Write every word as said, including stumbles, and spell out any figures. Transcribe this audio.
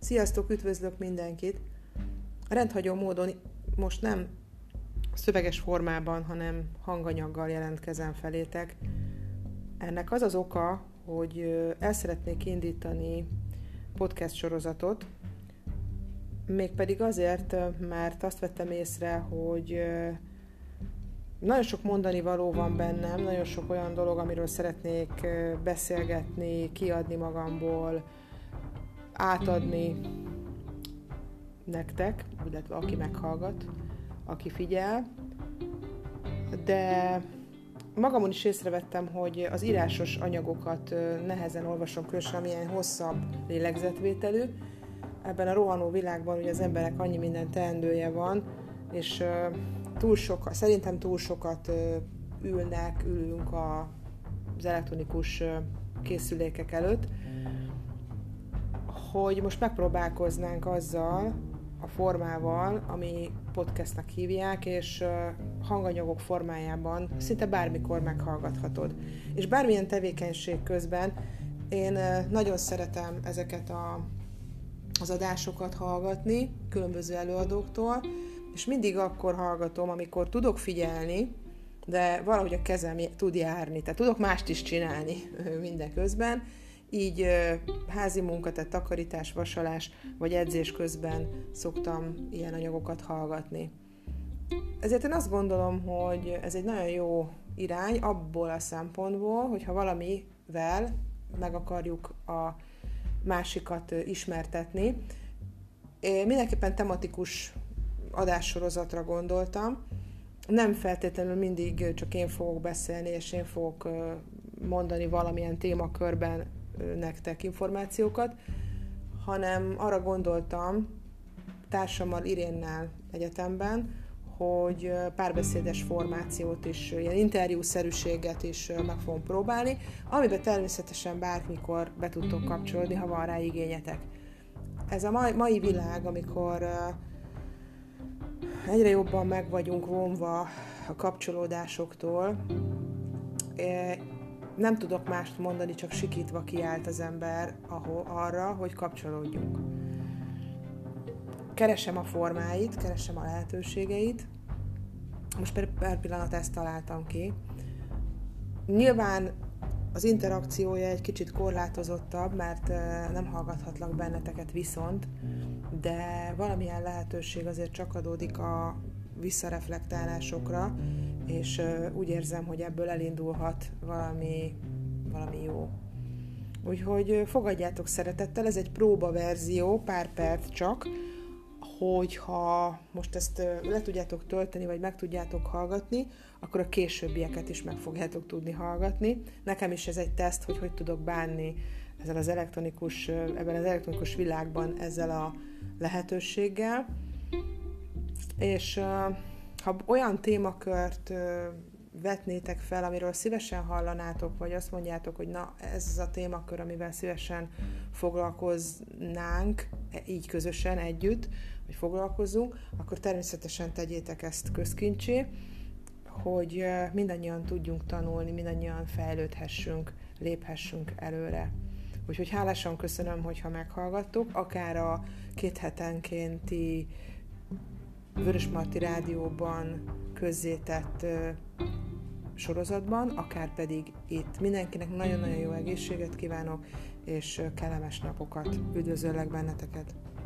Sziasztok, üdvözlök mindenkit! Rendhagyó módon most nem szöveges formában, hanem hanganyaggal jelentkezem felétek. Ennek az az oka, hogy el szeretnék indítani podcast sorozatot, mégpedig azért, mert azt vettem észre, hogy nagyon sok mondani való van bennem, nagyon sok olyan dolog, amiről szeretnék beszélgetni, kiadni magamból, átadni nektek, illetve aki meghallgat, aki figyel, de magamon is észrevettem, hogy az írásos anyagokat nehezen olvasom, különösen amilyen hosszabb lélegzetvételű. Ebben a rohanó világban ugye az emberek annyi minden teendője van, és túl sok, szerintem túl sokat ülnek, ülünk az elektronikus készülékek előtt, hogy most megpróbálkoznánk azzal a formával, ami podcastnak hívják, és hanganyagok formájában szinte bármikor meghallgathatod. És bármilyen tevékenység közben én nagyon szeretem ezeket a, az adásokat hallgatni, különböző előadóktól, és mindig akkor hallgatom, amikor tudok figyelni, de valahogy a kezem tud járni, tehát tudok mást is csinálni mindeközben, így házi munka, tehát takarítás, vasalás vagy edzés közben szoktam ilyen anyagokat hallgatni. Ezért én azt gondolom, hogy ez egy nagyon jó irány abból a szempontból, hogyha valamivel meg akarjuk a másikat ismertetni. Én mindenképpen tematikus adássorozatra gondoltam. Nem feltétlenül mindig csak én fogok beszélni, és én fogok mondani valamilyen témakörben nektek információkat, hanem arra gondoltam társammal, Irénnel egyetemben, hogy párbeszédes formációt is, ilyen interjúszerűséget is meg fogom próbálni, amiben természetesen bármikor be tudtok kapcsolódni, ha van rá igényetek. Ez a mai, mai világ, amikor egyre jobban meg vagyunk vonva a kapcsolódásoktól, nem tudok mást mondani, csak sikítva kiállt az ember ahol, arra, hogy kapcsolódjunk. Keresem a formáit, keresem a lehetőségeit. Most per, per pillanat ezt találtam ki. Nyilván az interakciója egy kicsit korlátozottabb, mert nem hallgathatlak benneteket viszont, de valamilyen lehetőség azért csak adódik a visszareflektálásokra, és úgy érzem, hogy ebből elindulhat valami, valami jó. Úgyhogy fogadjátok szeretettel, ez egy próbaverzió, pár perc csak, hogyha most ezt le tudjátok tölteni, vagy meg tudjátok hallgatni, akkor a későbbieket is meg fogjátok tudni hallgatni. Nekem is ez egy teszt, hogy hogy tudok bánni ezzel az elektronikus, ebben az elektronikus világban ezzel a lehetőséggel. És ha olyan témakört vetnétek fel, amiről szívesen hallanátok, vagy azt mondjátok, hogy na, ez az a témakör, amivel szívesen foglalkoznánk, így közösen, együtt, hogy foglalkozzunk, akkor természetesen tegyétek ezt közkincsé, hogy mindannyian tudjunk tanulni, mindannyian fejlődhessünk, léphessünk előre. Úgyhogy hálásan köszönöm, hogyha meghallgattok, akár a két hetenkénti Vörösmarty Rádióban közzétett sorozatban, akár pedig itt. Mindenkinek nagyon-nagyon jó egészséget kívánok, és kellemes napokat. Üdvözöllek benneteket!